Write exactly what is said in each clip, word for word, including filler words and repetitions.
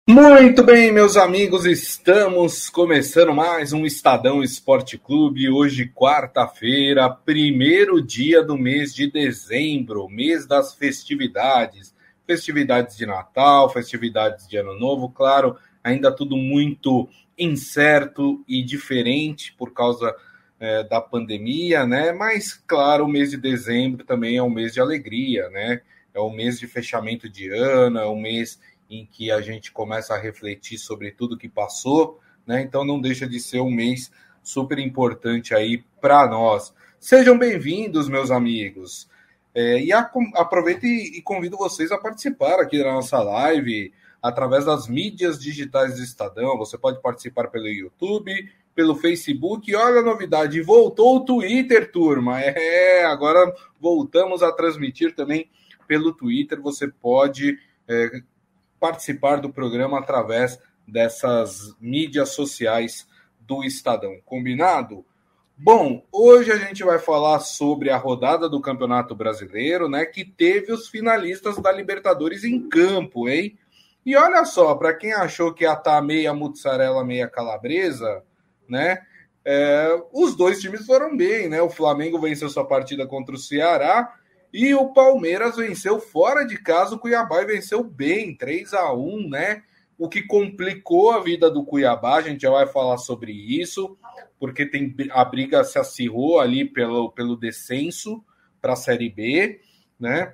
Muito bem, meus amigos, estamos começando mais um Estadão Esporte Clube. Hoje, quarta-feira, primeiro dia do mês de dezembro, mês das festividades. Festividades de Natal, festividades de Ano Novo, claro, ainda tudo muito incerto e diferente por causa é, da pandemia, né? Mas, claro, o mês de dezembro também é um mês de alegria, né? É um mês de fechamento de ano, é um mês em que a gente começa a refletir sobre tudo que passou, né? Então não deixa de ser um mês super importante aí para nós. Sejam bem-vindos, meus amigos. É, e a, aproveito e, e convido vocês a participar aqui da nossa live através das mídias digitais do Estadão. Você pode participar pelo YouTube, pelo Facebook. E olha a novidade, voltou o Twitter, turma. É, agora voltamos a transmitir também pelo Twitter. Você pode É, participar do programa através dessas mídias sociais do Estadão. Combinado? Bom, hoje a gente vai falar sobre a rodada do Campeonato Brasileiro, né, que teve os finalistas da Libertadores em campo, hein? E olha só, para quem achou que ia estar meia mussarela, meia calabresa, né, é, os dois times foram bem, né? O Flamengo venceu sua partida contra o Ceará, e o Palmeiras venceu fora de casa o Cuiabá e venceu bem, três a um, né? O que complicou a vida do Cuiabá, a gente já vai falar sobre isso, porque tem, a briga se acirrou ali pelo, pelo descenso para a Série B, né?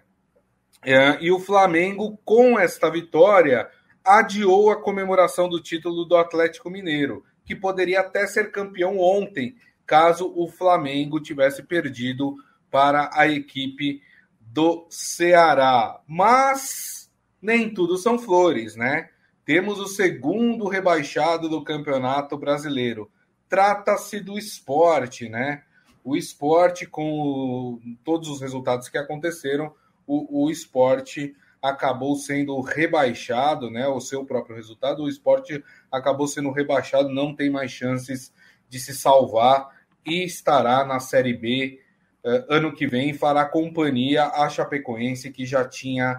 É, e o Flamengo, com esta vitória, adiou a comemoração do título do Atlético Mineiro, que poderia até ser campeão ontem, caso o Flamengo tivesse perdido para a equipe do Ceará. Mas nem tudo são flores, né? Temos o segundo rebaixado do Campeonato Brasileiro. Trata-se do Sport, né? O Sport, com todos os resultados que aconteceram, o, o Sport acabou sendo rebaixado, né? O seu próprio resultado, o Sport acabou sendo rebaixado, não tem mais chances de se salvar e estará na Série B ano que vem, fará companhia à Chapecoense, que já tinha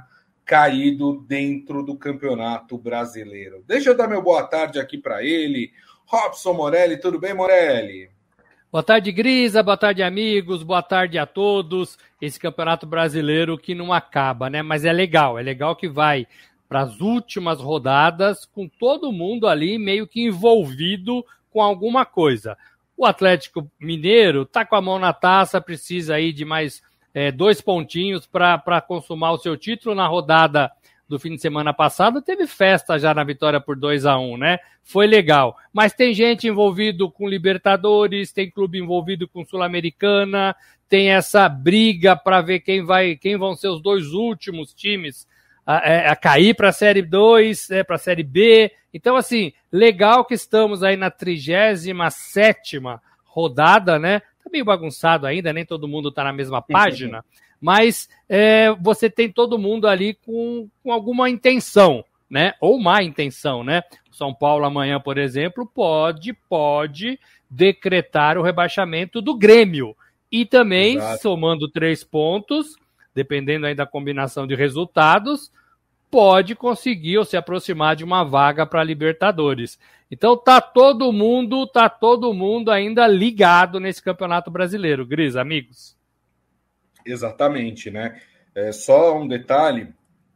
caído dentro do Campeonato Brasileiro. Deixa eu dar meu boa tarde aqui para ele, Robson Morelli. Tudo bem, Morelli? Boa tarde, Grisa. Boa tarde, amigos. Boa tarde a todos. Esse Campeonato Brasileiro que não acaba, né? Mas é legal. É legal que vai para as últimas rodadas com todo mundo ali meio que envolvido com alguma coisa. O Atlético Mineiro está com a mão na taça, precisa aí de mais é, dois pontinhos para consumar o seu título. Na rodada do fim de semana passado, teve festa já na vitória por dois a um, né? Foi legal. Mas tem gente envolvido com Libertadores, tem clube envolvido com Sul-Americana, tem essa briga para ver quem, vai, quem vão ser os dois últimos times a, a cair para a Série dois, é, para a Série B. Então, assim, legal que estamos aí na trigésima sétima rodada, né? Tá meio bagunçado ainda, nem todo mundo tá na mesma página, mas é, você tem todo mundo ali com, com alguma intenção, né? Ou má intenção, né? O São Paulo amanhã, por exemplo, pode, pode decretar o rebaixamento do Grêmio. E também, Exato. somando três pontos, dependendo aí da combinação de resultados, pode conseguir ou se aproximar de uma vaga para a Libertadores. Então tá todo mundo, tá todo mundo ainda ligado nesse Campeonato Brasileiro. Gris, amigos? Exatamente, né? É, só um detalhe,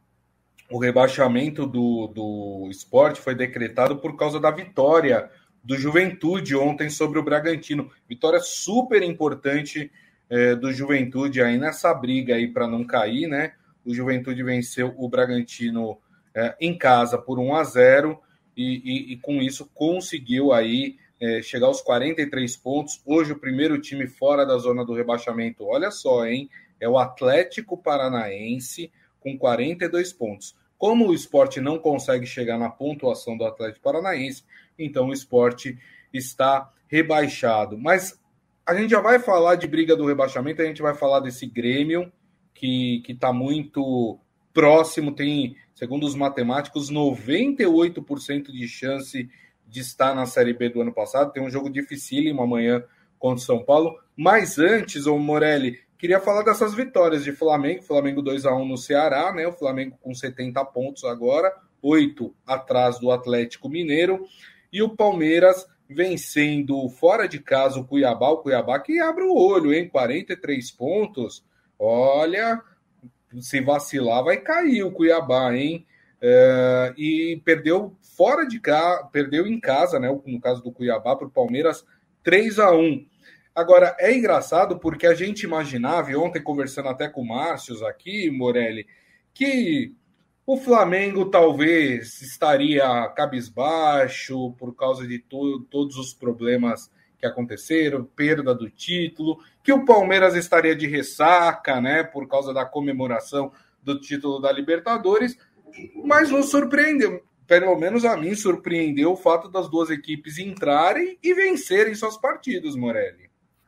o rebaixamento do, do Sport foi decretado por causa da vitória do Juventude ontem sobre o Bragantino. Vitória super importante é, do Juventude aí nessa briga aí para não cair, né? O Juventude venceu o Bragantino é, em casa por um a zero e, e, e com isso conseguiu aí é, chegar aos quarenta e três pontos. Hoje o primeiro time fora da zona do rebaixamento, olha só, hein? É o Atlético Paranaense com quarenta e dois pontos. Como o Sport não consegue chegar na pontuação do Atlético Paranaense, então o Sport está rebaixado. Mas a gente já vai falar de briga do rebaixamento, a gente vai falar desse Grêmio, que está muito próximo, tem, segundo os matemáticos, noventa e oito por cento de chance de estar na Série B do ano passado. Tem um jogo dificílimo amanhã contra o São Paulo. Mas antes, ô Morelli, queria falar dessas vitórias de Flamengo. Flamengo dois a um no Ceará, né? O Flamengo com setenta pontos agora. oito atrás do Atlético Mineiro, e o Palmeiras vencendo fora de casa o Cuiabá, o Cuiabá que abre o olho, hein? quarenta e três pontos, olha, se vacilar vai cair o Cuiabá, hein? É, e perdeu fora de casa, perdeu em casa, né? No caso do Cuiabá, para o Palmeiras, três a um. Agora, é engraçado porque a gente imaginava, e ontem conversando até com o Márcio aqui, Morelli, que o Flamengo talvez estaria cabisbaixo por causa de to- todos os problemas que aconteceram, perda do título, que o Palmeiras estaria de ressaca, né, por causa da comemoração do título da Libertadores, mas nos surpreendeu. Pelo menos a mim surpreendeu o fato das duas equipes entrarem e vencerem suas partidas, Morelli.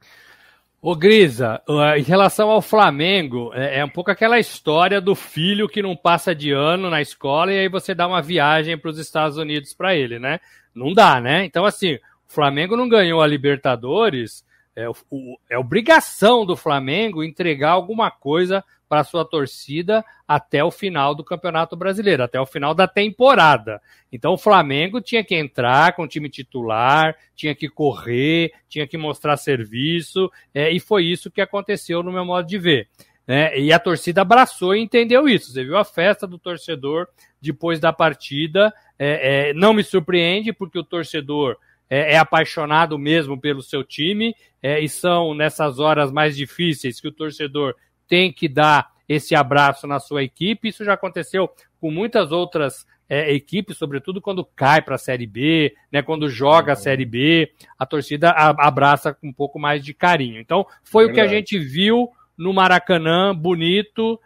Ô Grisa, em relação ao Flamengo, é um pouco aquela história do filho que não passa de ano na escola e aí você dá uma viagem para os Estados Unidos para ele, né? Não dá, né? Então, assim, o Flamengo não ganhou a Libertadores, é, o, é obrigação do Flamengo entregar alguma coisa para a sua torcida até o final do Campeonato Brasileiro, até o final da temporada. Então o Flamengo tinha que entrar com o time titular, tinha que correr, tinha que mostrar serviço, é, e foi isso que aconteceu no meu modo de ver. Né? E a torcida abraçou e entendeu isso. Você viu a festa do torcedor depois da partida, é, é, não me surpreende, porque o torcedor é, é apaixonado mesmo pelo seu time, é, e são nessas horas mais difíceis que o torcedor tem que dar esse abraço na sua equipe. Isso já aconteceu com muitas outras é, equipes, sobretudo quando cai para a Série B, né, quando joga a Série B, a torcida a, abraça com um pouco mais de carinho. Então, foi é o que a gente viu no Maracanã, bonito,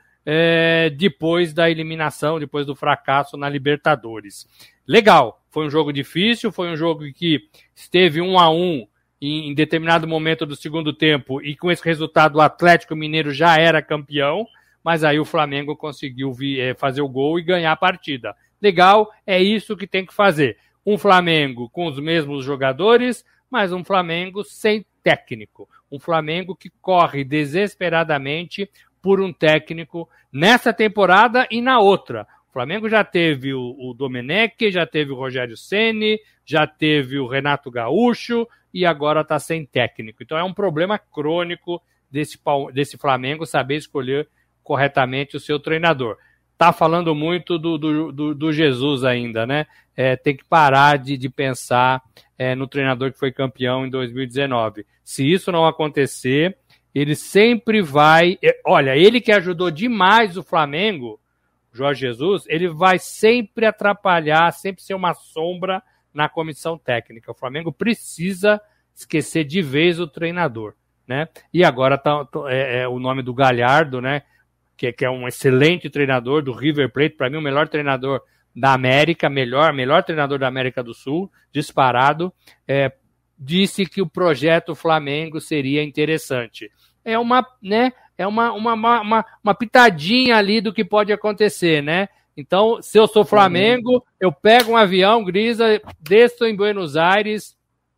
é, depois da eliminação, depois do fracasso na Libertadores. Legal, foi um jogo difícil, foi um jogo que esteve um a um em determinado momento do segundo tempo, e com esse resultado o Atlético Mineiro já era campeão, mas aí o Flamengo conseguiu fazer o gol e ganhar a partida. Legal, é isso que tem que fazer. Um Flamengo com os mesmos jogadores, mas um Flamengo sem técnico. Um Flamengo que corre desesperadamente por um técnico nessa temporada e na outra. O Flamengo já teve o, o Domenech, já teve o Rogério Ceni, já teve o Renato Gaúcho e agora está sem técnico. Então é um problema crônico desse, desse Flamengo saber escolher corretamente o seu treinador. Tá falando muito do, do, do, do Jesus ainda, né? É, tem que parar de, de pensar é, no treinador que foi campeão em dois mil e dezenove. Se isso não acontecer, ele sempre vai... Olha, ele que ajudou demais o Flamengo, Jorge Jesus, ele vai sempre atrapalhar, sempre ser uma sombra na comissão técnica. O Flamengo precisa esquecer de vez o treinador, né? E agora tá, é, é o nome do Galhardo, né? Que, que é um excelente treinador do River Plate, para mim o melhor treinador da América, melhor, melhor treinador da América do Sul, disparado, é, disse que o projeto Flamengo seria interessante. É uma, né? É uma, uma, uma, uma pitadinha ali do que pode acontecer, né? Então, se eu sou Flamengo, eu pego um avião, Grisa, desço em Buenos Aires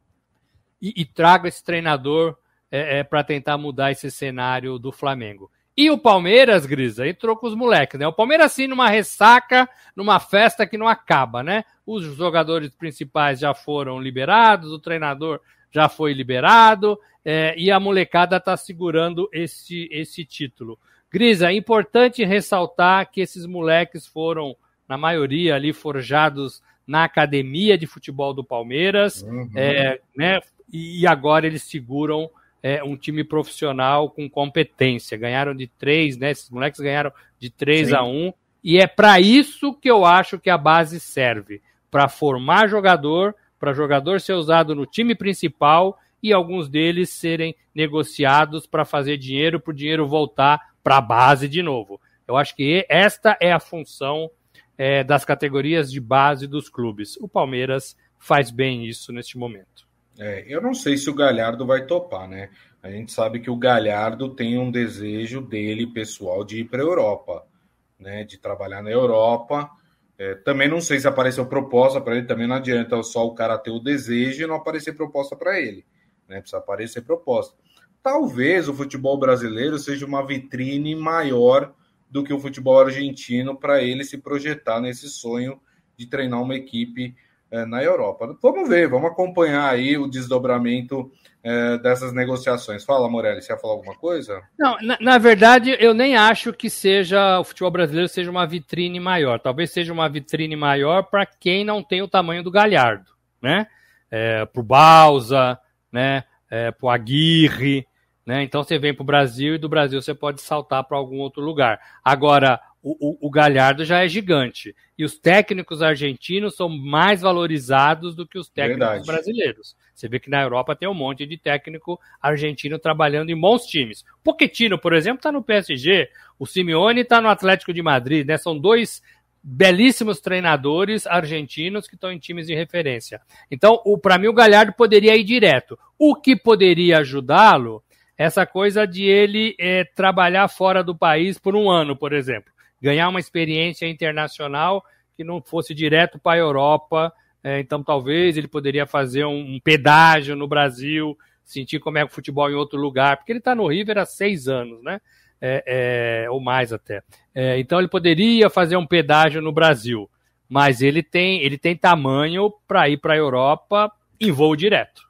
e, e trago esse treinador é, é, para tentar mudar esse cenário do Flamengo. E o Palmeiras, Grisa, entrou com os moleques, né? O Palmeiras, sim, numa ressaca, numa festa que não acaba, né? Os jogadores principais já foram liberados, o treinador já foi liberado, é, e a molecada está segurando esse, esse título. Grisa, é importante ressaltar que esses moleques foram, na maioria ali, forjados na academia de futebol do Palmeiras, uhum. é, né? E agora eles seguram é, um time profissional com competência. Ganharam de três, né? Esses moleques ganharam de três a um, e é para isso que eu acho que a base serve, para formar jogador, para jogador ser usado no time principal e alguns deles serem negociados para fazer dinheiro, para o dinheiro voltar para a base de novo. Eu acho que esta é a função é, das categorias de base dos clubes. O Palmeiras faz bem isso neste momento. É, eu não sei se o Galhardo vai topar, né? A gente sabe que o Galhardo tem um desejo dele, pessoal, de ir para a Europa, né? De trabalhar na Europa. É, também não sei se apareceu proposta para ele, também não adianta só o cara ter o desejo e não aparecer proposta para ele, né? Precisa aparecer proposta. Talvez o futebol brasileiro seja uma vitrine maior do que o futebol argentino para ele se projetar nesse sonho de treinar uma equipe é, na Europa. Vamos ver, vamos acompanhar aí o desdobramento é, dessas negociações. Fala, Morelli, você ia falar alguma coisa? Não, na, na verdade, eu nem acho que seja o futebol brasileiro seja uma vitrine maior. Talvez seja uma vitrine maior para quem não tem o tamanho do Galhardo, né? É, pro Bausa, né? É, pro Aguirre, né? Então você vem pro Brasil e do Brasil você pode saltar para algum outro lugar. Agora, o, o, o Galhardo já é gigante. E os técnicos argentinos são mais valorizados do que os técnicos Verdade. brasileiros. Você vê que na Europa tem um monte de técnico argentino trabalhando em bons times. Pochettino, por exemplo, está no P S G. O Simeone está no Atlético de Madrid, né? São dois belíssimos treinadores argentinos que estão em times de referência. Então, para mim, o Galhardo poderia ir direto. O que poderia ajudá-lo, essa coisa de ele é, trabalhar fora do país por um ano, por exemplo. Ganhar uma experiência internacional que não fosse direto para a Europa. É, então, talvez ele poderia fazer um, um pedágio no Brasil, sentir como é o futebol em outro lugar, porque ele está no River há seis anos, né? É, é, ou mais até. É, então, ele poderia fazer um pedágio no Brasil, mas ele tem, ele tem tamanho para ir para a Europa em voo direto.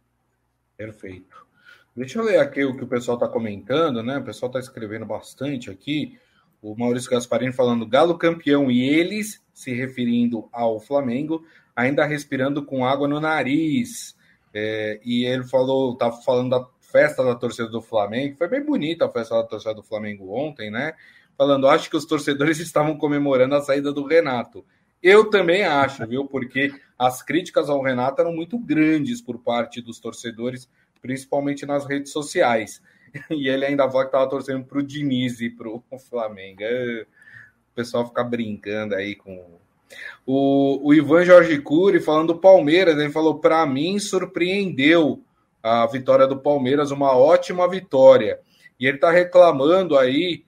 Perfeito. Deixa eu ler aqui o que o pessoal está comentando, né? O pessoal está escrevendo bastante aqui. O Maurício Gasparini falando Galo campeão e eles, se referindo ao Flamengo, ainda respirando com água no nariz. É, e ele falou, tá falando da festa da torcida do Flamengo. Foi bem bonita a festa da torcida do Flamengo ontem, né? Falando, acho que os torcedores estavam comemorando a saída do Renato. Eu também acho, viu? Porque as críticas ao Renato eram muito grandes por parte dos torcedores, principalmente nas redes sociais. E ele ainda falou que estava torcendo para o Diniz e para o Flamengo. O pessoal fica brincando aí com... O, o Ivan Jorge Cury falando do Palmeiras, ele falou, para mim surpreendeu a vitória do Palmeiras, uma ótima vitória. E ele está reclamando aí,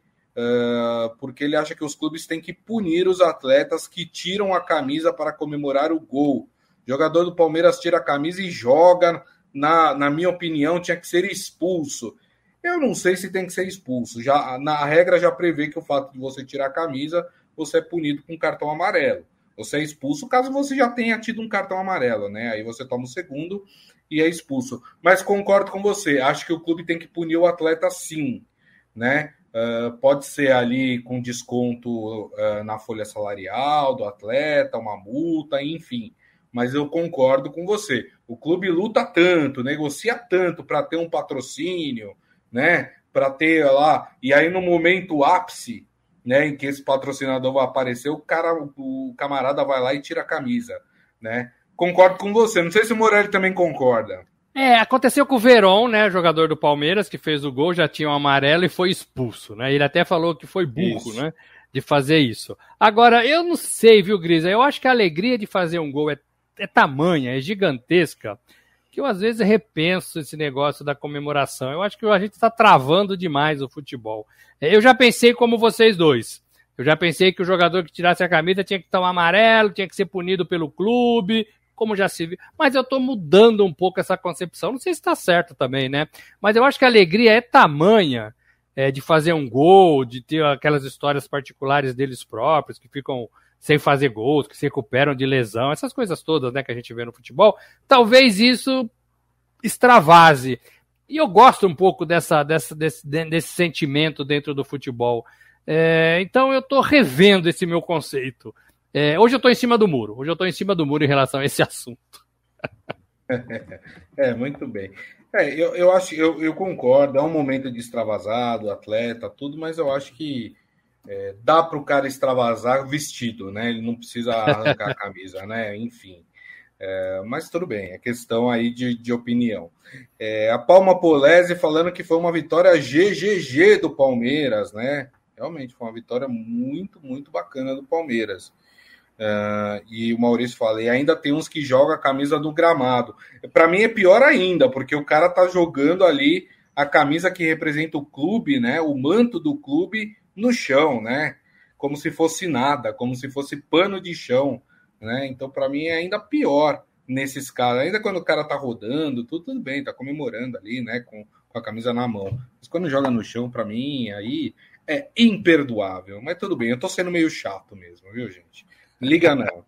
uh, porque ele acha que os clubes têm que punir os atletas que tiram a camisa para comemorar o gol. O jogador do Palmeiras tira a camisa e joga, na, na minha opinião, tinha que ser expulso. Eu não sei se tem que ser expulso. Já, na regra já prevê que o fato de você tirar a camisa, você é punido com cartão amarelo. Você é expulso caso você já tenha tido um cartão amarelo, né? Aí você toma o segundo e é expulso. Mas concordo com você. Acho que o clube tem que punir o atleta sim, né? Uh, pode ser ali com desconto uh, na folha salarial do atleta, uma multa, enfim. Mas eu concordo com você. O clube luta tanto, negocia tanto para ter um patrocínio, né? Para ter lá... E aí no momento ápice, né, em que esse patrocinador vai aparecer, o cara, o camarada vai lá e tira a camisa, né? Concordo com você. Não sei se o Morelli também concorda. É, aconteceu com o Verón, né, jogador do Palmeiras, que fez o gol, já tinha um amarelo e foi expulso, né? Ele até falou que foi burro, isso. né, de fazer isso. Agora, eu não sei, viu, Grisa? Eu acho que a alegria de fazer um gol é, é tamanha, é gigantesca, que eu às vezes repenso esse negócio da comemoração. Eu acho que a gente está travando demais o futebol. Eu já pensei como vocês dois. Eu já pensei que o jogador que tirasse a camisa tinha que tomar amarelo, tinha que ser punido pelo clube, como já se viu. Mas eu estou mudando um pouco essa concepção. Não sei se está certo também, né? Mas eu acho que a alegria é tamanha é, de fazer um gol, de ter aquelas histórias particulares deles próprios, que ficam sem fazer gols, que se recuperam de lesão, essas coisas todas, né, que a gente vê no futebol. Talvez isso extravase. E eu gosto um pouco dessa, dessa, desse, desse sentimento dentro do futebol. É, então eu estou revendo esse meu conceito. É, hoje eu estou em cima do muro. Hoje eu estou em cima do muro em relação a esse assunto. É, muito bem. É, eu, eu acho, eu, eu concordo, é um momento de extravasado, atleta, tudo, mas eu acho que é, dá para o cara extravasar vestido, né? Ele não precisa arrancar a camisa, né? Enfim. É, mas tudo bem, é questão aí de, de opinião. É, a Palma Polese falando que foi uma vitória G G G do Palmeiras, né? Realmente foi uma vitória muito, muito bacana do Palmeiras. Uh, e o Maurício fala, e ainda tem uns que jogam a camisa do gramado. Para mim é pior ainda, porque o cara tá jogando ali a camisa que representa o clube, né? O manto do clube no chão, né? Como se fosse nada, como se fosse pano de chão, né? Então, para mim é ainda pior nesses casos. Ainda quando o cara tá rodando, tudo, tudo bem, tá comemorando ali, né? Com, com a camisa na mão. Mas quando joga no chão, para mim, aí é imperdoável. Mas tudo bem, eu tô sendo meio chato mesmo, viu, gente? Liga não.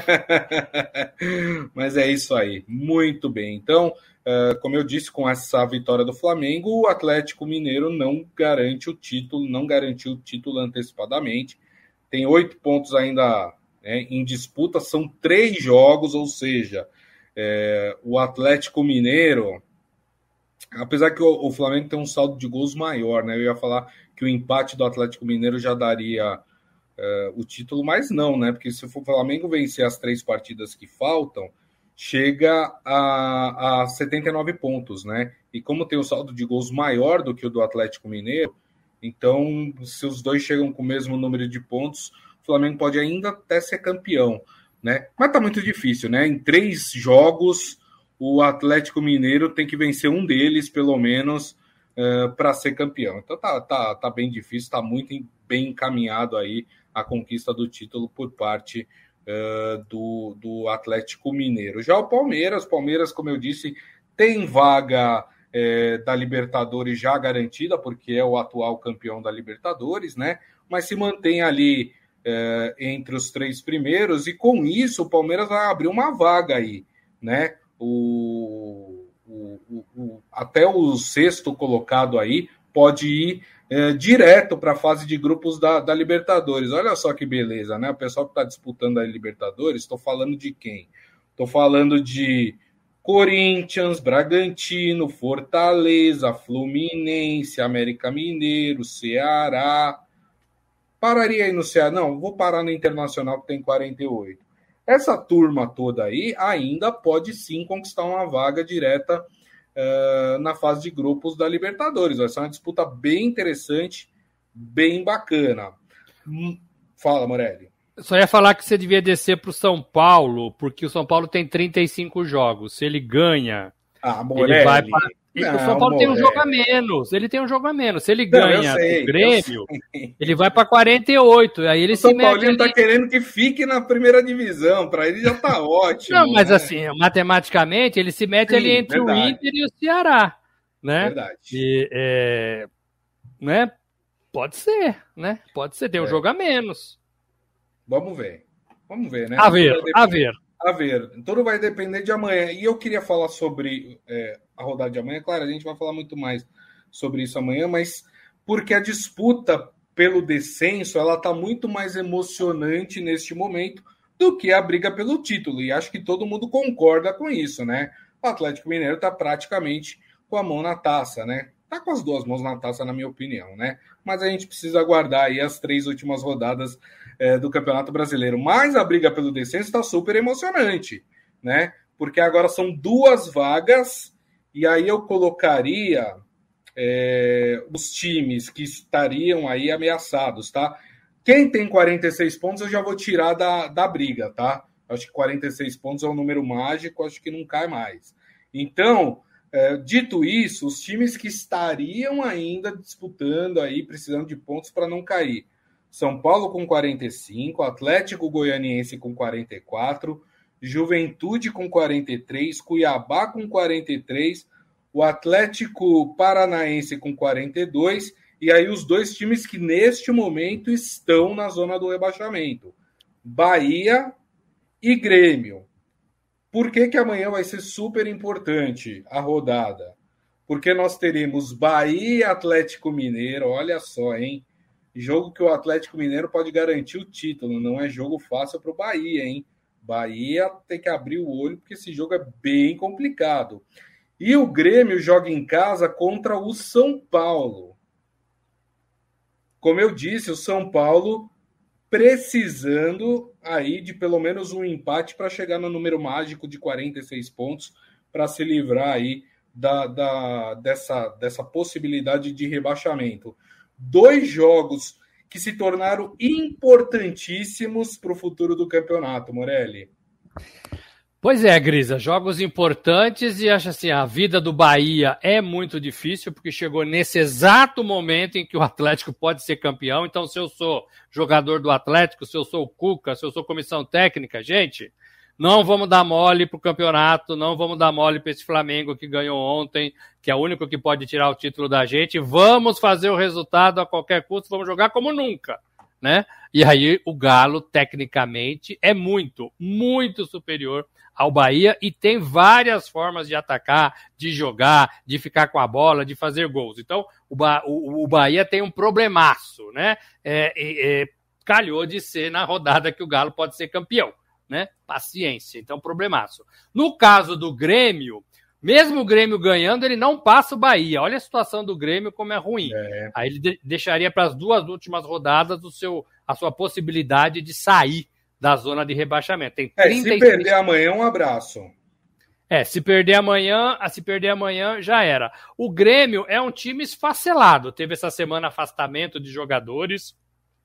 Mas é isso aí. Muito bem. Então, uh, como eu disse, com essa vitória do Flamengo, o Atlético Mineiro não garante o título, não garantiu o título antecipadamente. Tem oito pontos ainda, né, em disputa, são três jogos, ou seja, é, o Atlético Mineiro, apesar que o, o Flamengo tem um saldo de gols maior, né? Eu ia falar que o empate do Atlético Mineiro já daria Uh, o título, mas não, né? Porque se o Flamengo vencer as três partidas que faltam, chega a, a setenta e nove pontos, né? E como tem o saldo de gols maior do que o do Atlético Mineiro, então, se os dois chegam com o mesmo número de pontos, o Flamengo pode ainda até ser campeão, né? Mas tá muito difícil, né? Em três jogos, o Atlético Mineiro tem que vencer um deles, pelo menos, uh, para ser campeão. Então tá, tá, tá bem difícil, tá muito bem encaminhado aí a conquista do título por parte uh, do, do Atlético Mineiro. Já o Palmeiras, Palmeiras, como eu disse, tem vaga eh, da Libertadores já garantida, porque é o atual campeão da Libertadores, né? Mas se mantém ali eh, entre os três primeiros, e com isso o Palmeiras vai abrir uma vaga aí, né? O, o, o, o, até o sexto colocado aí pode ir É, direto para a fase de grupos da, da Libertadores. Olha só que beleza, né? O pessoal que está disputando a Libertadores, estou falando de quem? Estou falando de Corinthians, Bragantino, Fortaleza, Fluminense, América Mineiro, Ceará. Pararia aí no Ceará? Não, vou parar no Internacional, que tem quarenta e oito. Essa turma toda aí ainda pode sim conquistar uma vaga direta Uh, na fase de grupos da Libertadores. Vai ser uma disputa bem interessante, bem bacana. Hum, fala, Morelli. Só ia falar que você devia descer para o São Paulo, porque o São Paulo tem trinta e cinco jogos. Se ele ganha, ah, Morelli. Ele vai pra... Não, o São Paulo Morelli. tem um jogo a menos. Ele tem um jogo a menos. Se ele Não, ganha sei, o Grêmio, ele vai para quarenta e oito. Aí ele o se São mete Paulo ali... tá querendo que fique na primeira divisão. Para ele já tá ótimo. Não, mas né? assim, matematicamente, ele se mete Sim, ali entre verdade. o Inter e o Ceará, né? Verdade. E, é... né? Pode ser, né? Pode ser. Tem um é. jogo a menos. Vamos ver. Vamos ver, né? A ver, a ver. A ver, tudo vai depender de amanhã. E eu queria falar sobre é, a rodada de amanhã. Claro, a gente vai falar muito mais sobre isso amanhã, mas porque a disputa pelo descenso, ela está muito mais emocionante neste momento do que a briga pelo título. E acho que todo mundo concorda com isso, né? O Atlético Mineiro está praticamente com a mão na taça, né? Está com as duas mãos na taça, na minha opinião, né? Mas a gente precisa aguardar aí as três últimas rodadas É, do Campeonato Brasileiro. Mas a briga pelo descenso está super emocionante, né? Porque agora são duas vagas, e aí eu colocaria é, os times que estariam aí ameaçados, tá? Quem tem quarenta e seis pontos eu já vou tirar da, da briga, tá? Acho que quarenta e seis pontos é um número mágico, acho que não cai mais. Então, é, dito isso, os times que estariam ainda disputando aí, precisando de pontos para não cair: São Paulo com quarenta e cinco, Atlético Goianiense com quarenta e quatro, Juventude com quarenta e três, Cuiabá com quarenta e três, o Atlético Paranaense com quarenta e dois, e aí os dois times que neste momento estão na zona do rebaixamento: Bahia e Grêmio. Por que que amanhã vai ser super importante a rodada? Porque nós teremos Bahia e Atlético Mineiro, olha só, hein? Jogo que o Atlético Mineiro pode garantir o título. Não é jogo fácil para o Bahia, hein? Bahia tem que abrir o olho, porque esse jogo é bem complicado. E o Grêmio joga em casa contra o São Paulo. Como eu disse, o São Paulo precisando aí de pelo menos um empate para chegar no número mágico de quarenta e seis pontos, para se livrar aí da, da, dessa, dessa possibilidade de rebaixamento. Dois jogos que se tornaram importantíssimos para o futuro do campeonato, Morelli. Pois é, Grisa, jogos importantes, e acho assim, a vida do Bahia é muito difícil, porque chegou nesse exato momento em que o Atlético pode ser campeão. Então, se eu sou jogador do Atlético, se eu sou o Cuca, se eu sou comissão técnica, gente, não vamos dar mole pro campeonato, não vamos dar mole para esse Flamengo que ganhou ontem, que é o único que pode tirar o título da gente. Vamos fazer o resultado a qualquer custo, vamos jogar como nunca. né? E aí o Galo, tecnicamente, é muito, muito superior ao Bahia e tem várias formas de atacar, de jogar, de ficar com a bola, de fazer gols. Então, o, ba- o, o Bahia tem um problemaço, né? É, é, é, calhou de ser na rodada que o Galo pode ser campeão, né? Paciência, então problemaço. No caso do Grêmio, mesmo o Grêmio ganhando, ele não passa o Bahia. Olha a situação do Grêmio como é ruim. É. Aí ele de- deixaria para as duas últimas rodadas o seu, a sua possibilidade de sair da zona de rebaixamento. Tem é, se perder amanhã, um abraço. É, se perder amanhã, se perder amanhã, já era. O Grêmio é um time esfacelado. Teve essa semana afastamento de jogadores.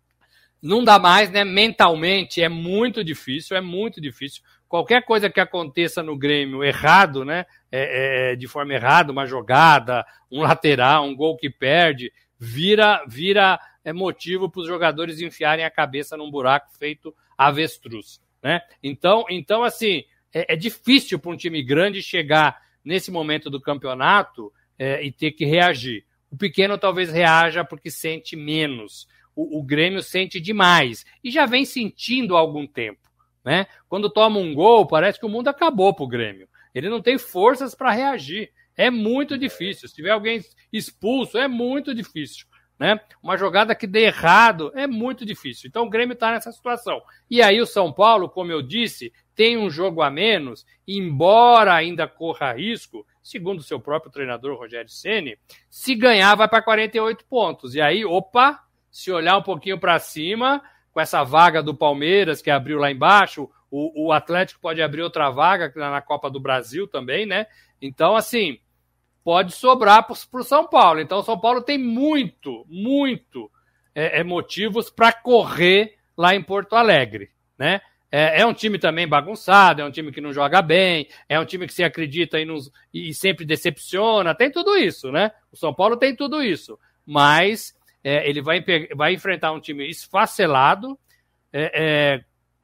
Não dá mais, né? Mentalmente é muito difícil, é muito difícil. Qualquer coisa que aconteça no Grêmio errado, né? É, é, de forma errada, uma jogada, um lateral, um gol que perde, vira, vira é, motivo para os jogadores enfiarem a cabeça num buraco feito avestruz, né? Então, então assim, é, é difícil para um time grande chegar nesse momento do campeonato é, e ter que reagir. O pequeno talvez reaja porque sente menos. O, o Grêmio sente demais e já vem sentindo há algum tempo, né? Quando toma um gol, parece que o mundo acabou pro Grêmio. Ele não tem forças para reagir. É muito difícil. Se tiver alguém expulso, é muito difícil, né? Uma jogada que dê errado é muito difícil. Então o Grêmio está nessa situação. E aí o São Paulo, como eu disse, tem um jogo a menos, embora ainda corra risco, segundo o seu próprio treinador Rogério Ceni, se ganhar vai para quarenta e oito pontos. E aí, opa, se olhar um pouquinho para cima, com essa vaga do Palmeiras que abriu lá embaixo, o, o Atlético pode abrir outra vaga na Copa do Brasil também, né? Então, assim, pode sobrar para o São Paulo. Então, o São Paulo tem muito, muito é, é, motivos para correr lá em Porto Alegre, né? É, é um time também bagunçado, é um time que não joga bem, é um time que se acredita e, nos, e sempre decepciona, tem tudo isso, né? O São Paulo tem tudo isso, mas é, ele vai, vai enfrentar um time esfacelado, é, é,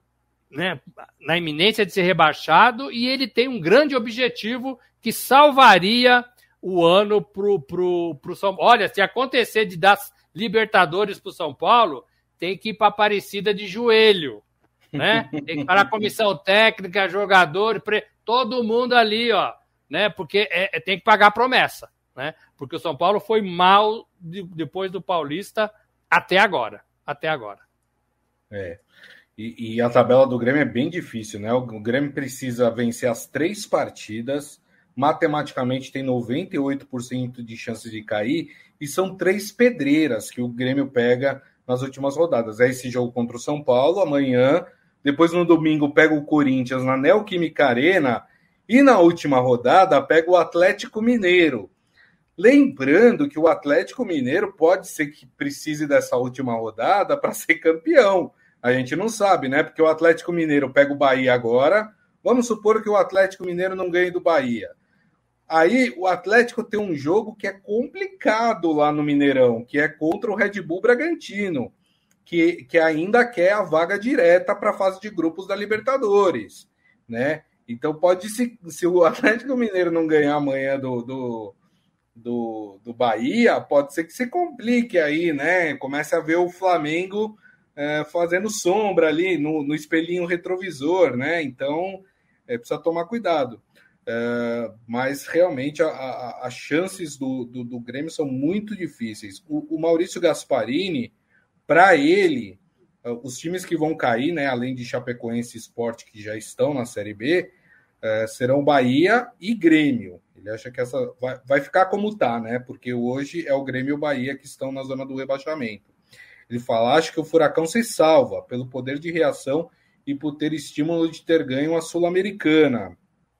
né, na iminência de ser rebaixado, e ele tem um grande objetivo que salvaria o ano pro, pro, pro São Paulo. Olha, se acontecer de dar Libertadores pro São Paulo, tem que ir para Aparecida de joelho, né? Tem que parar a comissão técnica, jogador, pre... todo mundo ali, ó, né? Porque é, é, tem que pagar a promessa, né? Porque o São Paulo foi mal de, depois do Paulista até agora, até agora. É. E, e a tabela do Grêmio é bem difícil, né? O Grêmio precisa vencer as três partidas, matematicamente tem noventa e oito por cento de chances de cair, e são três pedreiras que o Grêmio pega nas últimas rodadas. É esse jogo contra o São Paulo, amanhã, depois no domingo pega o Corinthians na Neoquímica Arena, e na última rodada pega o Atlético Mineiro. Lembrando que o Atlético Mineiro pode ser que precise dessa última rodada para ser campeão. A gente não sabe, né? Porque o Atlético Mineiro pega o Bahia agora. Vamos supor que o Atlético Mineiro não ganhe do Bahia. Aí o Atlético tem um jogo que é complicado lá no Mineirão, que é contra o Red Bull Bragantino, que, que ainda quer a vaga direta para a fase de grupos da Libertadores, né? Então pode se, se o Atlético Mineiro não ganhar amanhã do, do, do, do Bahia, pode ser que se complique aí, né? Comece a ver o Flamengo é, fazendo sombra ali no, no espelhinho retrovisor, né? Então é, precisa tomar cuidado. Uh, mas realmente as chances do, do, do Grêmio são muito difíceis. O, o Maurício Gasparini, para ele, uh, os times que vão cair, né, além de Chapecoense e Sport, que já estão na Série B, uh, serão Bahia e Grêmio. Ele acha que essa vai, vai ficar como está, né? Porque hoje é o Grêmio e o Bahia que estão na zona do rebaixamento. Ele fala, acho que o Furacão se salva pelo poder de reação e por ter estímulo de ter ganho a Sul-Americana.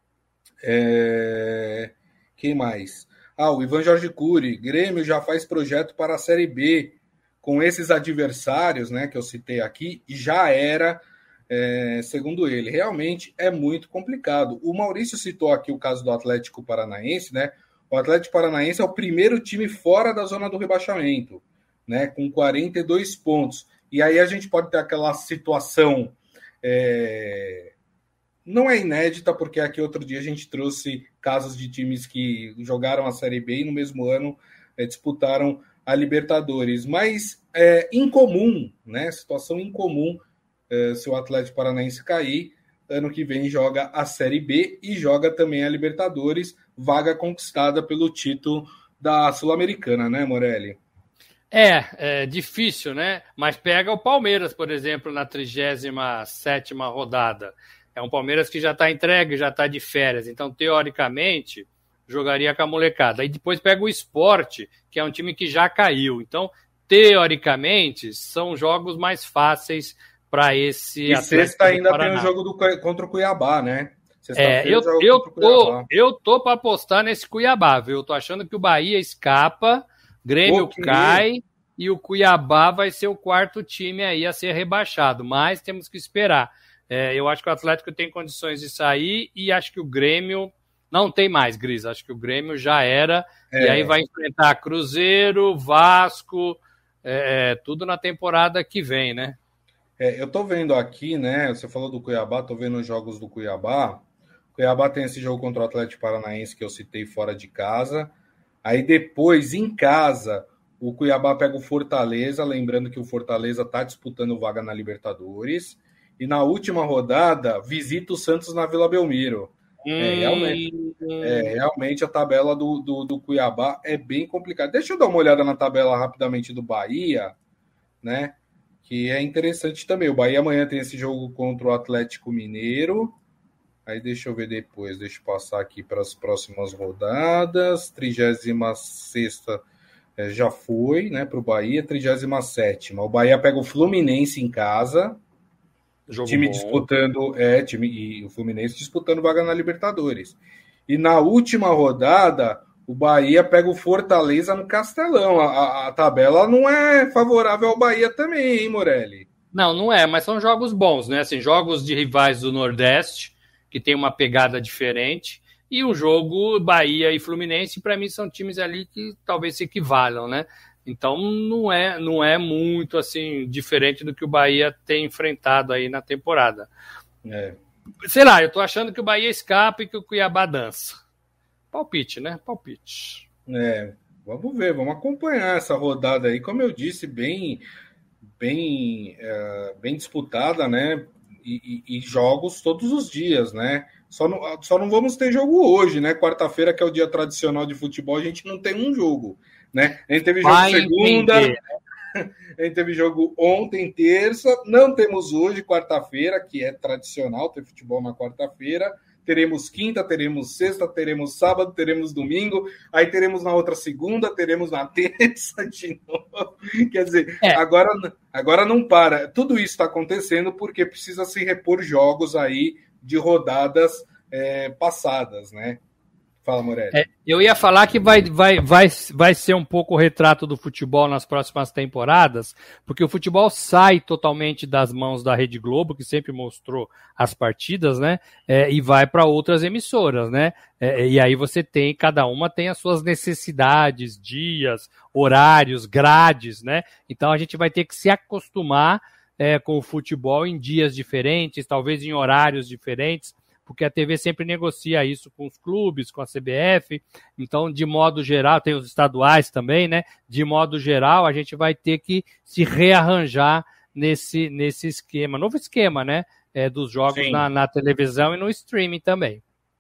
É... Quem mais? Ah, o Ivan Jorge Cury. Grêmio já faz projeto para a Série B com esses adversários, né, que eu citei aqui, e já era, é, segundo ele. Realmente é muito complicado. O Maurício citou aqui o caso do Atlético Paranaense, né? O Atlético Paranaense é o primeiro time fora da zona do rebaixamento, né, com quarenta e dois pontos. E aí a gente pode ter aquela situação... É... Não é inédita, porque aqui outro dia a gente trouxe casos de times que jogaram a Série B e no mesmo ano é, disputaram a Libertadores. Mas é incomum, né? Situação incomum, é, se o Atlético Paranaense cair, ano que vem joga a Série B e joga também a Libertadores, vaga conquistada pelo título da Sul-Americana, né, Morelli? É, é difícil, né? Mas pega o Palmeiras, por exemplo, na trigésima sétima rodada. É um Palmeiras que já está entregue, já está de férias. Então, teoricamente, jogaria com a molecada. Aí depois pega o Sport, que é um time que já caiu. Então, teoricamente, são jogos mais fáceis para esse... E sexta ainda tem o jogo do, contra o Cuiabá, né? É, eu, eu, tô, eu tô para apostar nesse Cuiabá, viu? Eu tô achando que o Bahia escapa, Grêmio okay. cai e o Cuiabá vai ser o quarto time aí a ser rebaixado. Mas temos que esperar. É, eu acho que o Atlético tem condições de sair e acho que o Grêmio não tem mais, Gris. Acho que o Grêmio já era. É. E aí vai enfrentar Cruzeiro, Vasco, é, tudo na temporada que vem, né? É, eu tô vendo aqui, né? Você falou do Cuiabá, tô vendo os jogos do Cuiabá. O Cuiabá tem esse jogo contra o Atlético Paranaense que eu citei fora de casa. Aí depois, em casa, o Cuiabá pega o Fortaleza, lembrando que o Fortaleza está disputando vaga na Libertadores. E na última rodada, visita o Santos na Vila Belmiro. Hum. É, realmente, é, realmente a tabela do, do, do Cuiabá é bem complicada. Deixa eu dar uma olhada na tabela rapidamente do Bahia, né? Que é interessante também. O Bahia amanhã tem esse jogo contra o Atlético Mineiro. Aí deixa eu ver depois, deixa eu passar aqui para as próximas rodadas. trigésima sexta é, já foi, né, para o Bahia. trigésima sétima. O Bahia pega o Fluminense em casa. Jogo time bom. disputando, é, time, e o Fluminense disputando vaga na Libertadores. E na última rodada, o Bahia pega o Fortaleza no Castelão. A, a, a tabela não é favorável ao Bahia também, hein, Morelli? Não, não é, mas são jogos bons, né? Assim, jogos de rivais do Nordeste, que tem uma pegada diferente, e o jogo Bahia e Fluminense, para mim, são times ali que talvez se equivalam, né? Então, não é, não é muito, assim, diferente do que o Bahia tem enfrentado aí na temporada. É. Sei lá, eu tô achando que o Bahia escapa e que o Cuiabá dança. Palpite, né? Palpite. É, vamos ver, vamos acompanhar essa rodada aí, como eu disse, bem, bem, é, bem disputada, né? E, e, e jogos todos os dias, né? Só não, só não vamos ter jogo hoje, né? Quarta-feira, que é o dia tradicional de futebol, a gente não tem um jogo, né? A gente teve jogo Vai segunda, entender. A gente teve jogo ontem, terça, não temos hoje, quarta-feira, que é tradicional ter futebol na quarta-feira. Teremos quinta, teremos sexta, teremos sábado, teremos domingo, aí teremos na outra segunda, teremos na terça de novo. Quer dizer, é. agora, agora não para. Tudo isso está acontecendo porque precisa se repor jogos aí de rodadas é, passadas, né? Fala, Morelli. É, eu ia falar que vai, vai, vai, vai ser um pouco o retrato do futebol nas próximas temporadas, porque o futebol sai totalmente das mãos da Rede Globo, que sempre mostrou as partidas, né? É, e vai para outras emissoras, né? É, e aí você tem, cada uma tem as suas necessidades, dias, horários, grades, né? Então a gente vai ter que se acostumar é, com o futebol em dias diferentes, talvez em horários diferentes, porque a T V sempre negocia isso com os clubes, com a C B F, então, de modo geral, tem os estaduais também, né? De modo geral, a gente vai ter que se rearranjar nesse, nesse esquema, novo esquema, né? É, dos jogos na, na televisão e no streaming também.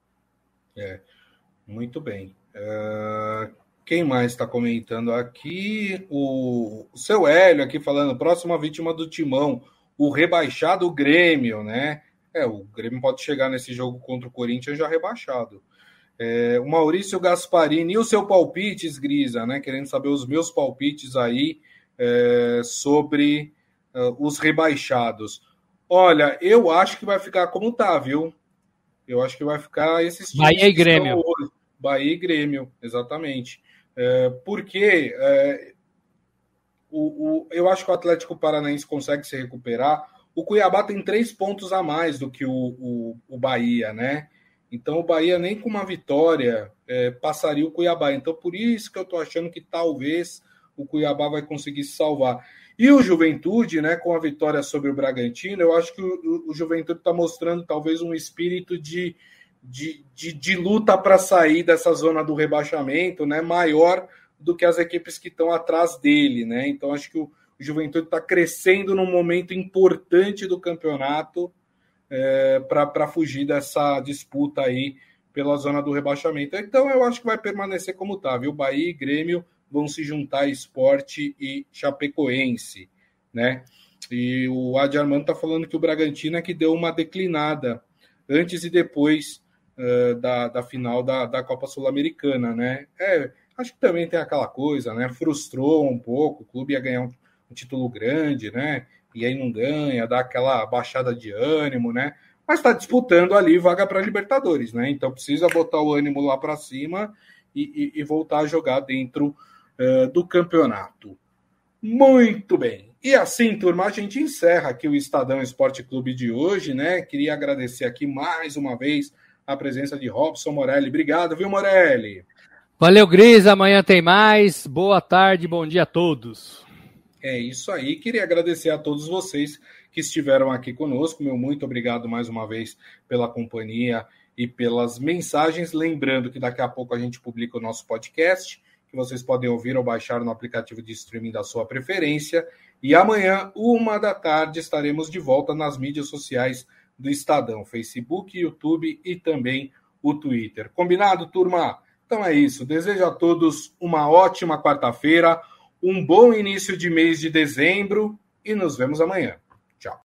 É, muito bem. Uh, quem mais está comentando aqui? O, o seu Hélio aqui falando, próxima vítima do Timão, o rebaixado Grêmio, né? É, o Grêmio pode chegar nesse jogo contra o Corinthians já rebaixado. É, o Maurício Gasparini, e o seu palpite, Grisa, né? Querendo saber os meus palpites aí é, sobre uh, os rebaixados. Olha, eu acho que vai ficar como tá, viu? Eu acho que vai ficar esses times. Bahia e Grêmio. Bahia e Grêmio, exatamente. É, porque é, o, o, eu acho que o Atlético Paranaense consegue se recuperar. O Cuiabá tem três pontos a mais do que o, o, o Bahia, né? Então o Bahia nem com uma vitória é, passaria o Cuiabá. Então por isso que eu tô achando que talvez o Cuiabá vai conseguir se salvar. E o Juventude, né, com a vitória sobre o Bragantino, eu acho que o, o Juventude está mostrando talvez um espírito de, de, de, de luta para sair dessa zona do rebaixamento, né, maior do que as equipes que estão atrás dele, né? Então acho que o, o Juventude está crescendo num momento importante do campeonato é, para fugir dessa disputa aí pela zona do rebaixamento. Então eu acho que vai permanecer como está, viu? Bahia e Grêmio vão se juntar Sport e Chapecoense, né? E o Adi Armando está falando que o Bragantino é que deu uma declinada antes e depois uh, da, da final da, da Copa Sul-Americana, né? É, acho que também tem aquela coisa, né? Frustrou um pouco, o clube ia ganhar um, um título grande, né? E aí não ganha, dá aquela baixada de ânimo, né? Mas está disputando ali vaga para Libertadores, né? Então precisa botar o ânimo lá para cima e, e, e voltar a jogar dentro uh, do campeonato. Muito bem. E assim, turma, a gente encerra aqui o Estadão Esporte Clube de hoje, né? Queria agradecer aqui mais uma vez a presença de Robson Morelli. Obrigado, viu, Morelli? Valeu, Gris. Amanhã tem mais. Boa tarde, bom dia a todos. É isso aí. Queria agradecer a todos vocês que estiveram aqui conosco. Meu muito obrigado mais uma vez pela companhia e pelas mensagens. Lembrando que daqui a pouco a gente publica o nosso podcast, que vocês podem ouvir ou baixar no aplicativo de streaming da sua preferência. E amanhã, uma da tarde, estaremos de volta nas mídias sociais do Estadão, Facebook, YouTube e também o Twitter. Combinado, turma? Então é isso. Desejo a todos uma ótima quarta-feira, um bom início de mês de dezembro e nos vemos amanhã. Tchau.